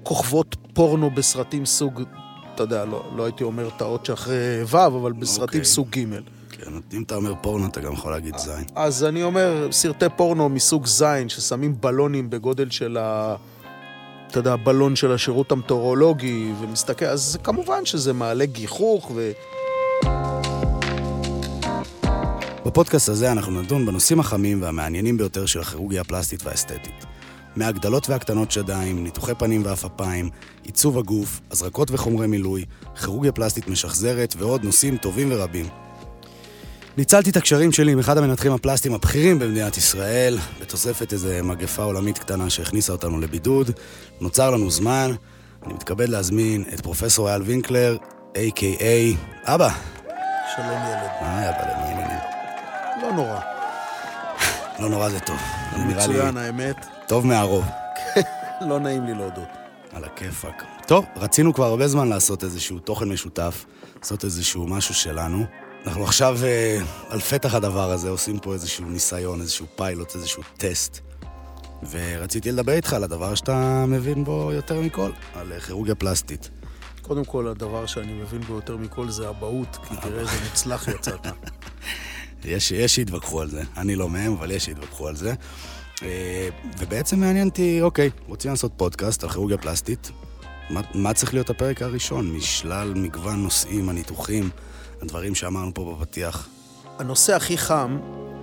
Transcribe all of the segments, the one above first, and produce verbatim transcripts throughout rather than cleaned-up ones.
כוכבות פורנו בסרטים סוג, אתה יודע, לא, לא הייתי אומר תאות שאחרי ו', אבל בסרטים okay. סוג ג'. כן, אם אתה אומר פורנו, אתה גם יכול להגיד זין. אז אני אומר, סרטי פורנו מסוג זין, ששמים בלונים בגודל של ה... אתה יודע, בלון של השירות המטאורולוגי, ומסתכל, אז כמובן שזה מעלה גיחוך ו... בפודקאסט הזה אנחנו נדון בנושאים החמים והמעניינים ביותר של הכירורגיה הפלסטית והאסתטית. מהגדלות והקטנות שדיים, ניתוחי פנים ואפפיים, עיצוב הגוף, הזרקות וחומרי מילוי, כירורגיה פלסטית משחזרת ועוד נושאים טובים ורבים. ניצלתי את הקשרים שלי עם אחד המנתחים הפלסטיים הבכירים במדינת ישראל, בתוספת איזו מגפה עולמית קטנה שהכניסה אותנו לבידוד. נוצר לנו זמן. אני מתכבד להזמין את פרופסור אייל וינקלר, איי קיי איי אבא. שלום ילד. היי אבא, למה העניינים? לא נורא. לא נורא זה טוב. מצוין, האמת. טוב מהרוב. לא נעים לי להודות. על הכיפק. טוב, רצינו כבר הרבה זמן לעשות איזשהו תוכן משותף, לעשות איזשהו משהו שלנו. אנחנו עכשיו על פתח הדבר הזה עושים פה איזשהו ניסיון, איזשהו פיילוט, איזשהו טסט. ורציתי לדבר איתך על הדבר שאתה מבין בו יותר מכל, על כירורגיה פלסטית. קודם כל, הדבר שאני מבין בו יותר מכל זה הבאות, כי תראה איזה מוצלח יצאת. יש, יש שהתווכחו על זה. אני לא מהם, אבל יש שהתווכחו על זה. ובעצם מעניינתי, אוקיי, רוצים לעשות פודקאסט על כירורגיה פלסטית. מה, מה צריך להיות הפרק הראשון? משלל מגוון נושאים, הניתוחים, הדברים שאמרנו פה בפתיח. הנושא הכי חם...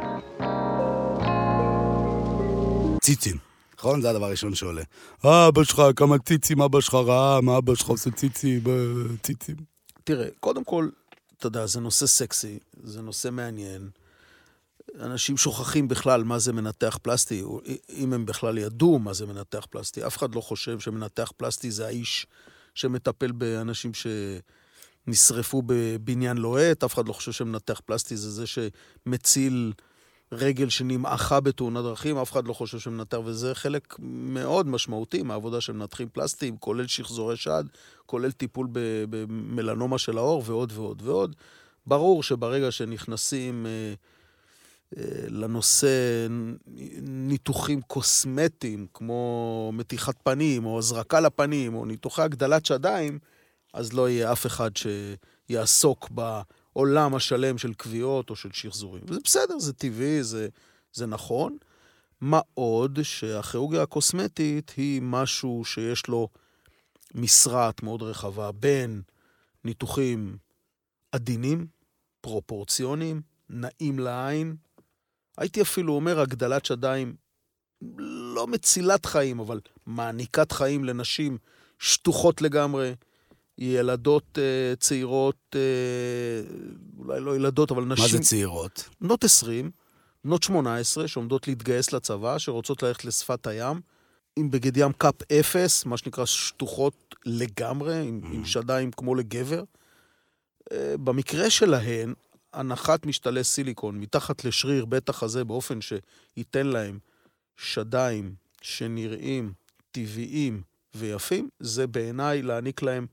ציצים. נכון? זה הדבר הראשון שעולה. אבא שלך, כמה ציצים, אבא שלך רעה, מה אבא שלך עושה ציצים, ציצים. תראה, קודם כל, אתה יודע, זה נושא סקסי, זה נושא מעניין. אנשים שוכחים בכלל מה זה מנתח פלסטי, אם הם בכלל ידעו מה זה מנתח פלסטי. אף אחד לא חושב שמנתח פלסטי זה האיש שמטפל באנשים שנשרפו בבניין לוהט, אף אחד לא חושב שמנתח פלסטי זה זה שמציל רגל שנמעכה בתאונת דרכים, אף אחד לא חושב שמנתח, וזה חלק מאוד משמעותי מהעבודה של מנתחים פלסטיים, כולל שחזורי שד, כולל טיפול במלנומה של האור ועוד ועוד ועוד. ברור שברגע שנכנסים אה, אה, לנושא ניתוחים קוסמטיים, כמו מתיחת פנים, או הזרקה לפנים, או ניתוחי הגדלת שדיים, אז לא יהיה אף אחד שיעסוק בעולם השלם של קביעות או של שחזורים. וזה בסדר, זה טבעי, זה, זה נכון. מה עוד שהכירורגיה הקוסמטית היא משהו שיש לו משרת מאוד רחבה בין ניתוחים עדינים, פרופורציוניים, נעים לעין. הייתי אפילו אומר, הגדלת שדיים לא מצילת חיים, אבל מעניקת חיים לנשים שטוחות לגמרי, ילדות uh, צעירות, uh, אולי לא ילדות, אבל נשים... מה זה צעירות? בנות עשרים, בנות שמונה עשרה, שעומדות להתגייס לצבא, שרוצות ללכת לשפת הים, עם בגד ים קאפ אפס, מה שנקרא שטוחות לגמרי, עם, mm. עם שדיים כמו לגבר. Uh, במקרה שלהן, הנחת משתלי סיליקון מתחת לשריר בית החזה, באופן שייתן להם שדיים שנראים טבעיים ויפים, זה בעיניי להעניק להם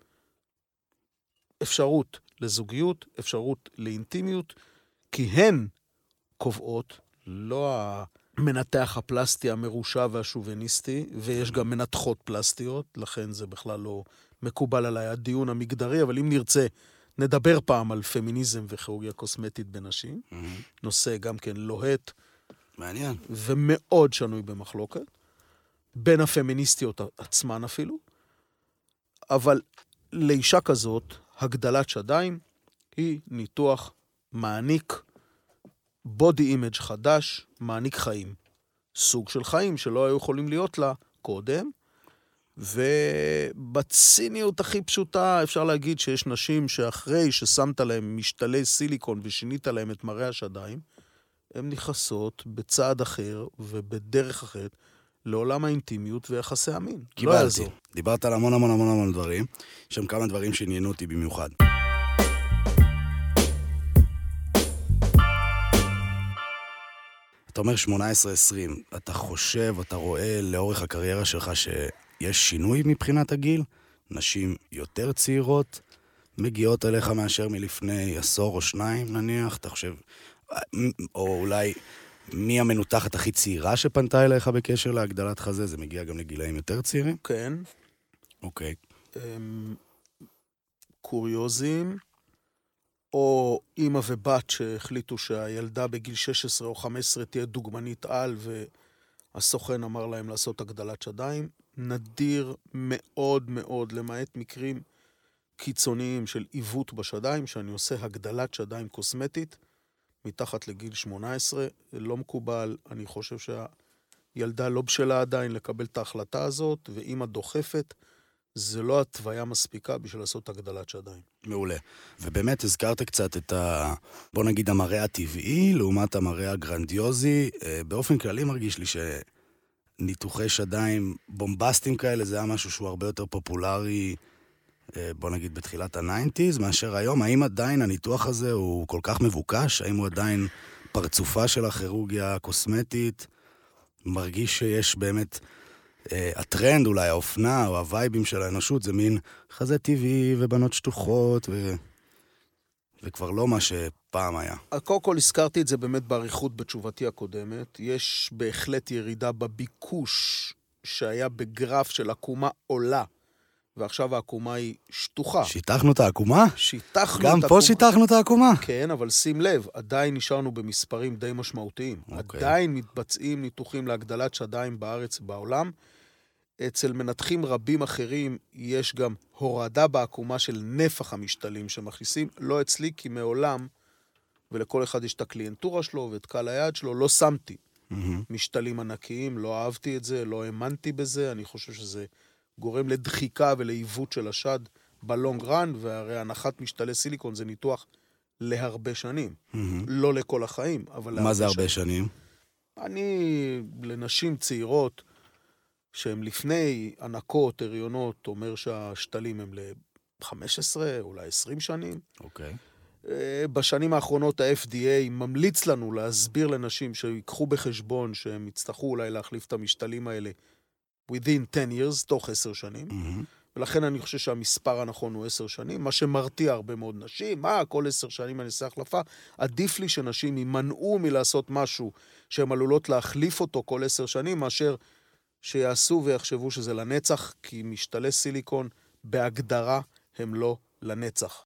אפשרות לזוגיות, אפשרות לאינטימיות, כי הן קובעות, לא המנתח הפלסטי המרושע והשוביניסטי, ויש גם מנתחות פלסטיות, לכן זה בכלל לא מקובל עליי הדיון המגדרי, אבל אם נרצה, נדבר פעם על פמיניזם וכירורגיה קוסמטית בנשים, mm-hmm. נושא גם כן לוהט, מעניין. ומאוד שנוי במחלוקת, בין הפמיניסטיות עצמן אפילו, אבל לאישה כזאת, הגדלת שדיים היא ניתוח מעניק בודי אימג' חדש, מעניק חיים. סוג של חיים שלא היו יכולים להיות לה קודם, ובציניות הכי פשוטה אפשר להגיד שיש נשים שאחרי ששמת להם משתלי סיליקון ושינית להם את מראה השדיים, הן נכנסות בצעד אחר ובדרך אחרת לעולם האינטימיות ויחסי המין. קיבלתי. לא דיברת על המון המון המון המון דברים. יש שם כמה דברים שעניינו אותי במיוחד. אתה אומר שמונה עשרה עשרים, אתה חושב, אתה רואה לאורך הקריירה שלך שיש שינוי מבחינת הגיל? נשים יותר צעירות מגיעות אליך מאשר מלפני עשור או שניים נניח? אתה חושב, או אולי מי המנותחת הכי צעירה שפנתה אליך בקשר להגדלת חזה? זה מגיע גם לגילאים יותר צעירים? כן. אוקיי. קוריוזים, או אמא ובת שהחליטו שהילדה בגיל שש עשרה או חמש עשרה תהיה דוגמנית על, והסוכן אמר להם לעשות הגדלת שדיים. נדיר מאוד מאוד, למעט מקרים קיצוניים של עיוות בשדיים, שאני עושה הגדלת שדיים קוסמטית, מתחת לגיל שמונה עשרה, לא מקובל. אני חושב שהילדה לא בשלה עדיין לקבל את ההחלטה הזאת, ואמא דוחפת, זה לא התוויה מספיקה בשביל לעשות הגדלת שדיים. מעולה. ובאמת הזכרת קצת את ה... בוא נגיד המראה הטבעי, לעומת המראה הגרנדיוזי. באופן כללי מרגיש לי שניתוחי שדיים בומבסטיים כאלה, זה היה משהו שהוא הרבה יותר פופולרי, בוא נגיד בתחילת ה-תשעים, מאשר היום. האם עדיין הניתוח הזה הוא כל כך מבוקש? האם הוא עדיין פרצופה של הכירורגיה הקוסמטית? מרגיש שיש באמת... הטרנד, אולי האופנה או הווייבים של האנושות, זה מין חזה טבעי ובנות שטוחות, ו... וכבר לא מה שפעם היה. קודם כל הזכרתי את זה באמת בעריכות בתשובתי הקודמת. יש בהחלט ירידה בביקוש שהיה בגרף של עקומה עולה, ועכשיו העקומה היא שטוחה. שיתחנו את העקומה? שיתחנו את גם העקומה. פה שיתחנו את העקומה? כן, אבל שים לב, עדיין נשארנו במספרים די משמעותיים. אוקיי. עדיין מתבצעים ניתוחים להגדלת שדיים בארץ ובעולם. אצל מנתחים רבים אחרים יש גם הורדה בעקומה של נפח המשתלים שמכניסים. לא אצלי, כי מעולם, ולכל אחד יש את הקליינטורה שלו ואת קהל היעד שלו, לא שמתי Mm-hmm. משתלים ענקיים, לא אהבתי את זה, לא האמנתי בזה. אני חושב שזה גורם לדחיקה ולעיוות של השד בלונג רן, והרי הנחת משתלי סיליקון זה ניתוח להרבה שנים. Mm-hmm. לא לכל החיים, אבל מה זה הרבה שנים? אני, לנשים צעירות, שהן לפני ענקות, הריונות, אומר שהשתלים הם ל-חמש עשרה, אולי עשרים שנים. אוקיי. בשנים האחרונות ה-אף די איי ממליץ לנו להסביר לנשים שיקחו בחשבון שהם יצטרכו אולי להחליף את המשתלים האלה within ten years, תוך עשר שנים. Mm-hmm. ולכן אני חושב שהמספר הנכון הוא עשר שנים, מה שמרתיע הרבה מאוד נשים. מה, כל עשר שנים אני אעשה החלפה? עדיף לי שנשים יימנעו מלעשות משהו שהן עלולות להחליף אותו כל עשר שנים, מאשר שיעשו ויחשבו שזה לנצח, כי משתלי סיליקון בהגדרה הם לא לנצח.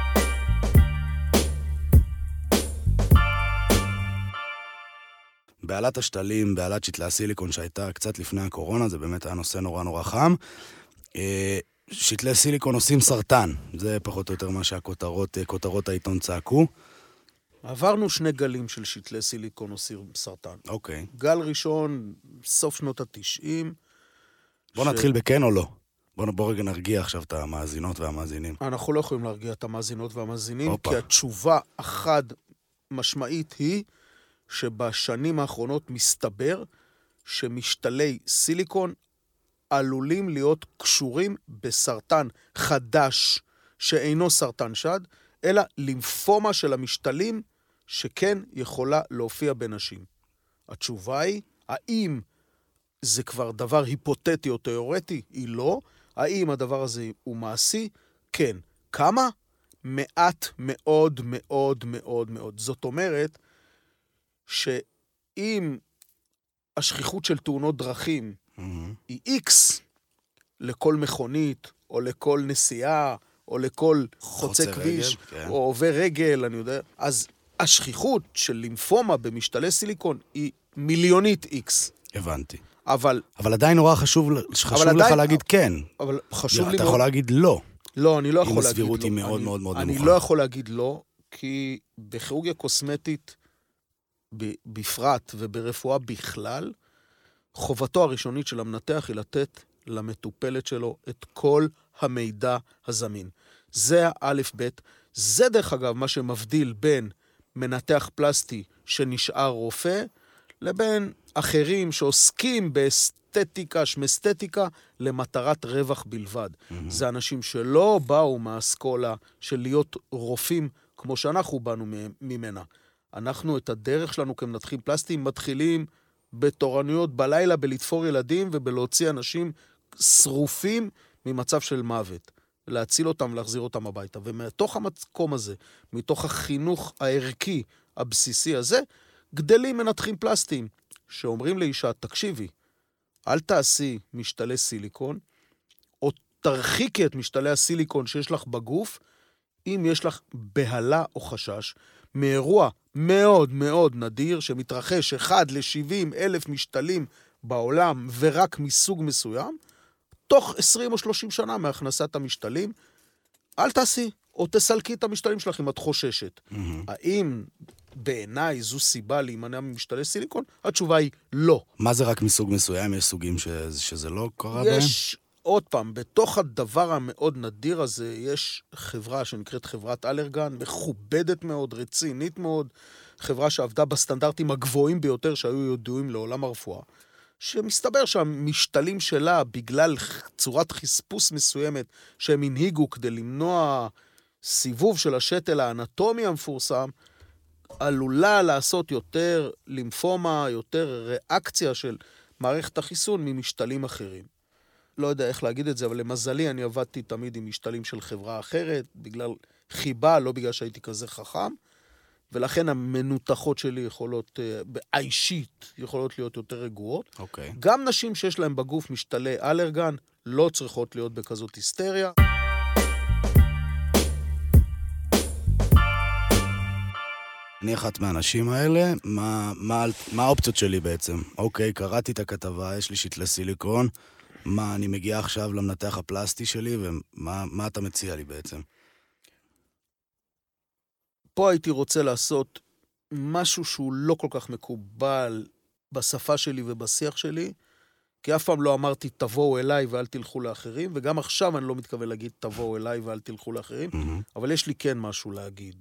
בעלת השתלים, בעלת שתלי הסיליקון שהייתה קצת לפני הקורונה, זה באמת היה נושא נורא נורא חם. שתלי סיליקון עושים סרטן, זה פחות או יותר מה שהכותרות, כותרות העיתון צעקו. עברנו שני גלים של שתלי סיליקון עושים סרטן. אוקיי. גל ראשון, סוף שנות התשעים. בוא ש... נתחיל בכן או לא? בוא, בוא רגע נרגיע עכשיו את המאזינות והמאזינים. אנחנו לא יכולים להרגיע את המאזינות והמאזינים, אופה. כי התשובה החד משמעית היא שבשנים האחרונות מסתבר שמשתלי סיליקון עלולים להיות קשורים בסרטן חדש שאינו סרטן שד, אלא לימפומה של המשתלים שכן יכולה להופיע בנשים. התשובה היא, האם זה כבר דבר היפותטי או תיאורטי? היא לא. האם הדבר הזה הוא מעשי? כן. כמה? מעט מאוד מאוד מאוד מאוד. זאת אומרת, שאם השכיחות של תאונות דרכים mm-hmm. היא X לכל מכונית, או לכל נסיעה, או לכל חוצה כביש, רגל, כן. או עובר רגל, אני יודע, אז השכיחות של לימפומה במשתלי סיליקון היא מיליונית X. הבנתי. אבל... אבל עדיין נורא חשוב, חשוב לך עדיין, להגיד כן. אבל חשוב אתה לי... אתה יכול להגיד לא. לא, אני לא יכול להגיד לא. אם הסבירות היא מאוד מאוד מאוד נמוכה. אני לא יכול להגיד לא, כי בכירורגיה קוסמטית בפרט וברפואה בכלל, חובתו הראשונית של המנתח היא לתת למטופלת שלו את כל המידע הזמין. זה האלף בית. זה דרך אגב מה שמבדיל בין מנתח פלסטי שנשאר רופא, לבין אחרים שעוסקים באסתטיקה, שמסתטיקה, למטרת רווח בלבד. Mm-hmm. זה אנשים שלא באו מהאסכולה של להיות רופאים כמו שאנחנו באנו ממנה. אנחנו את הדרך שלנו כמנתחים פלסטיים מתחילים בתורנויות בלילה, בלתפור ילדים ובלהוציא אנשים שרופים ממצב של מוות. להציל אותם ולהחזיר אותם הביתה. ומתוך המקום הזה, מתוך החינוך הערכי הבסיסי הזה, גדלים מנתחים פלסטיים, שאומרים לאישה, תקשיבי, אל תעשי משתלי סיליקון, תרחיקי את משתלי הסיליקון שיש לך בגוף, אם יש לך בהלה או חשש, מאירוע מאוד מאוד נדיר, שמתרחש אחד ל-שבעים אלף משתלים בעולם, ורק מסוג מסוים, תוך עשרים או שלושים שנה מהכנסת המשתלים, אל תעשי, או תסלקי את המשתלים שלך אם את חוששת. Mm-hmm. האם בעיניי זו סיבה להימנע ממשתלי סיליקון? התשובה היא לא. מה זה רק מסוג מסוים? יש סוגים ש... שזה לא קרה בהם? יש, עוד פעם, בתוך הדבר המאוד נדיר הזה, יש חברה שנקראת חברת אלרגן, מכובדת מאוד, רצינית מאוד, חברה שעבדה בסטנדרטים הגבוהים ביותר שהיו ידועים לעולם הרפואה, שמסתבר שהמשתלים שלה, בגלל צורת חספוס מסוימת שהם הנהיגו כדי למנוע סיבוב של השתל האנטומי המפורסם, עלולה לעשות יותר לימפומה, יותר ריאקציה של מערכת החיסון ממשתלים אחרים. לא יודע איך להגיד את זה, אבל למזלי אני עבדתי תמיד עם משתלים של חברה אחרת, בגלל חיבה, לא בגלל שהייתי כזה חכם, ולכן המנותחות שלי יכולות, האישית, יכולות להיות יותר רגועות. אוקיי. גם נשים שיש להן בגוף משתלי אלרגן, לא צריכות להיות בכזאת היסטריה. אני אחת מהאנשים האלה, מה, מה, מה האופציות שלי בעצם? אוקיי, קראתי את הכתבה, יש לי שתלי סיליקון, מה, אני מגיע עכשיו למנתח הפלסטי שלי, ומה מה אתה מציע לי בעצם? פה הייתי רוצה לעשות משהו שהוא לא כל כך מקובל בשפה שלי ובשיח שלי, כי אף פעם לא אמרתי תבואו אליי ואל תלכו לאחרים, וגם עכשיו אני לא מתכוון להגיד תבואו אליי ואל תלכו לאחרים, mm-hmm. אבל יש לי כן משהו להגיד.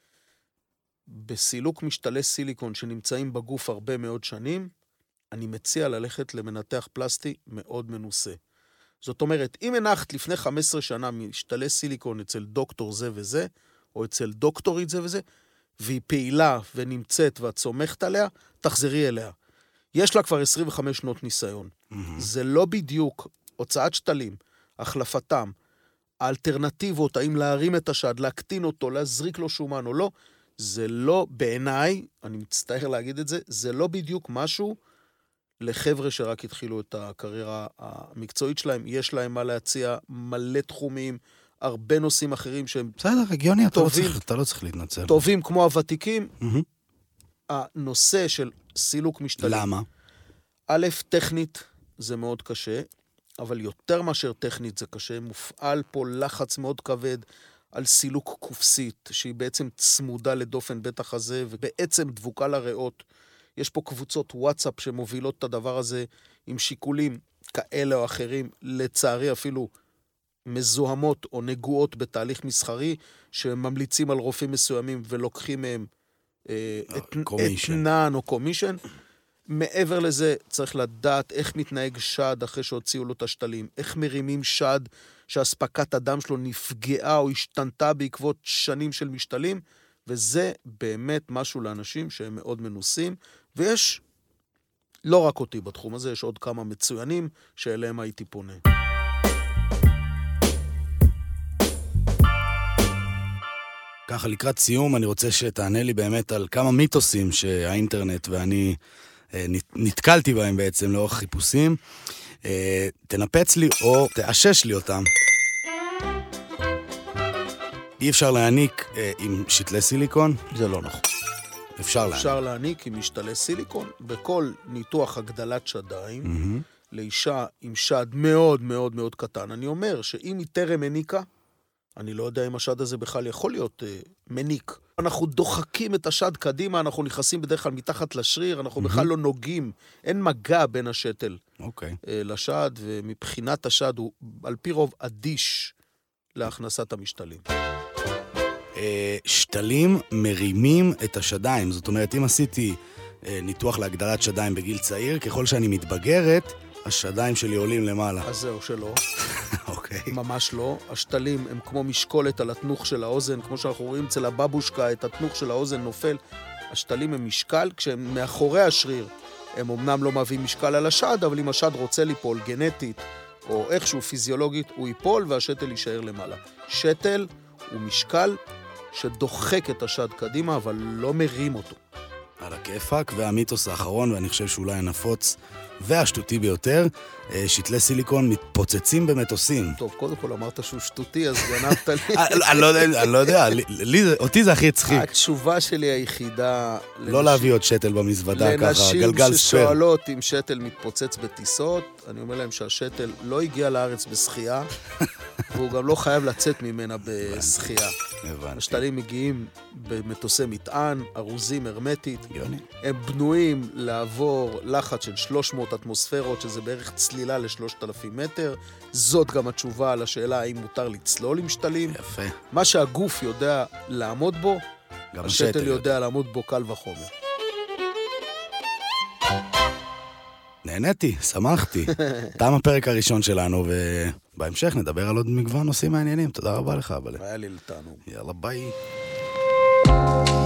בסילוק משתלי סיליקון שנמצאים בגוף הרבה מאוד שנים, אני מציע ללכת למנתח פלסטי מאוד מנוסה. זאת אומרת, אם הנחת לפני חמש עשרה שנה משתלי סיליקון אצל דוקטור זה וזה, או אצל דוקטורית זה וזה, והיא פעילה ונמצאת ואת סומכת עליה, תחזרי אליה. יש לה כבר עשרים וחמש שנות ניסיון. Mm-hmm. זה לא בדיוק הוצאת שתלים, החלפתם, האלטרנטיבות, האם להרים את השד, להקטין אותו, להזריק לו שומן או לא, זה לא, בעיניי, אני מצטער להגיד את זה, זה לא בדיוק משהו לחבר'ה שרק התחילו את הקריירה המקצועית שלהם, יש להם מה להציע, מלא תחומים, הרבה נושאים אחרים שהם בסדר, הגיוני, אתה, טובים, לא צריך, אתה לא צריך להתנצל. טובים כמו הוותיקים. Mm-hmm. הנושא של סילוק משתלים. למה? א', טכנית זה מאוד קשה, אבל יותר מאשר טכנית זה קשה, מופעל פה לחץ מאוד כבד על סילוק קופסית, שהיא בעצם צמודה לדופן בית החזה, ובעצם דבוקה לריאות. יש פה קבוצות וואטסאפ שמובילות את הדבר הזה עם שיקולים כאלה או אחרים, לצערי אפילו מזוהמות או נגועות בתהליך מסחרי, שממליצים על רופאים מסוימים ולוקחים מהם אה, אתנן או קומישן. מעבר לזה צריך לדעת איך מתנהג שד אחרי שהוציאו לו את השתלים, איך מרימים שד שהספקת הדם שלו נפגעה או השתנתה בעקבות שנים של משתלים, וזה באמת משהו לאנשים שהם מאוד מנוסים, ויש לא רק אותי בתחום הזה, יש עוד כמה מצוינים שאליהם הייתי פונה. ככה לקראת סיום, אני רוצה שתענה לי באמת על כמה מיתוסים שהאינטרנט ואני נתקלתי בהם בעצם לאורך חיפושים. תנפץ לי או תאשש לי אותם. אי אפשר להעניק עם שתלי סיליקון? זה לא נכון. אפשר להעניק. אפשר להעניק עם משתלי סיליקון. בכל ניתוח הגדלת שדיים, mm-hmm. לאישה עם שד מאוד מאוד מאוד קטן, אני אומר שאם היא טרם הניקה, אני לא יודע אם השד הזה בכלל יכול להיות אה, מניק. אנחנו דוחקים את השד קדימה, אנחנו נכנסים בדרך כלל מתחת לשריר, אנחנו mm-hmm. בכלל לא נוגעים, אין מגע בין השתל okay. אה, לשד, ומבחינת השד הוא על פי רוב אדיש להכנסת המשתלים. אה, שתלים מרימים את השדיים, זאת אומרת, אם עשיתי אה, ניתוח להגדלת שדיים בגיל צעיר, ככל שאני מתבגרת, השדיים שלי עולים למעלה. אז זהו שלא. אוקיי. ממש לא. השתלים הם כמו משקולת על התנוך של האוזן, כמו שאנחנו רואים אצל הבבושקה, את התנוך של האוזן נופל. השתלים הם משקל, כשהם מאחורי השריר, הם אמנם לא מביאים משקל על השד, אבל אם השד רוצה ליפול גנטית, או איכשהו פיזיולוגית, הוא ייפול והשתל יישאר למעלה. שתל הוא משקל שדוחק את השד קדימה, אבל לא מרים אותו. על הכיפק, והמיתוס האחרון, ואני חושב שאולי הנפוץ והשטותי ביותר, שתלי סיליקון מתפוצצים במטוסים. טוב, קודם כל אמרת שהוא שטותי, אז גנבת לי. אני לא יודע, אותי זה הכי צחיק. התשובה שלי היחידה... לא להביא עוד שטל במזוודה ככה, גלגל ספר. לנשים ששואלות אם שטל מתפוצץ בטיסות, אני אומר להם שהשטל לא הגיע לארץ בשחייה, והוא גם לא חייב לצאת ממנה בשחייה. השתלים מגיעים במטוסי מטען, ארוזים הרמטית. הם בנויים לעבור לחץ של שלוש מאות אטמוספרות, שזה בערך צלילה ל-שלושת אלפים מטר. זאת גם התשובה על השאלה האם מותר לצלול עם שתלים. יפה. מה שהגוף יודע לעמוד בו, השתל יודע לעמוד בו קל וחומר. נהניתי, שמחתי. תם הפרק הראשון שלנו, ובהמשך נדבר על עוד מגוון נושאים מעניינים. תודה רבה לך, אבל... היה לי לתענוג. יאללה, ביי.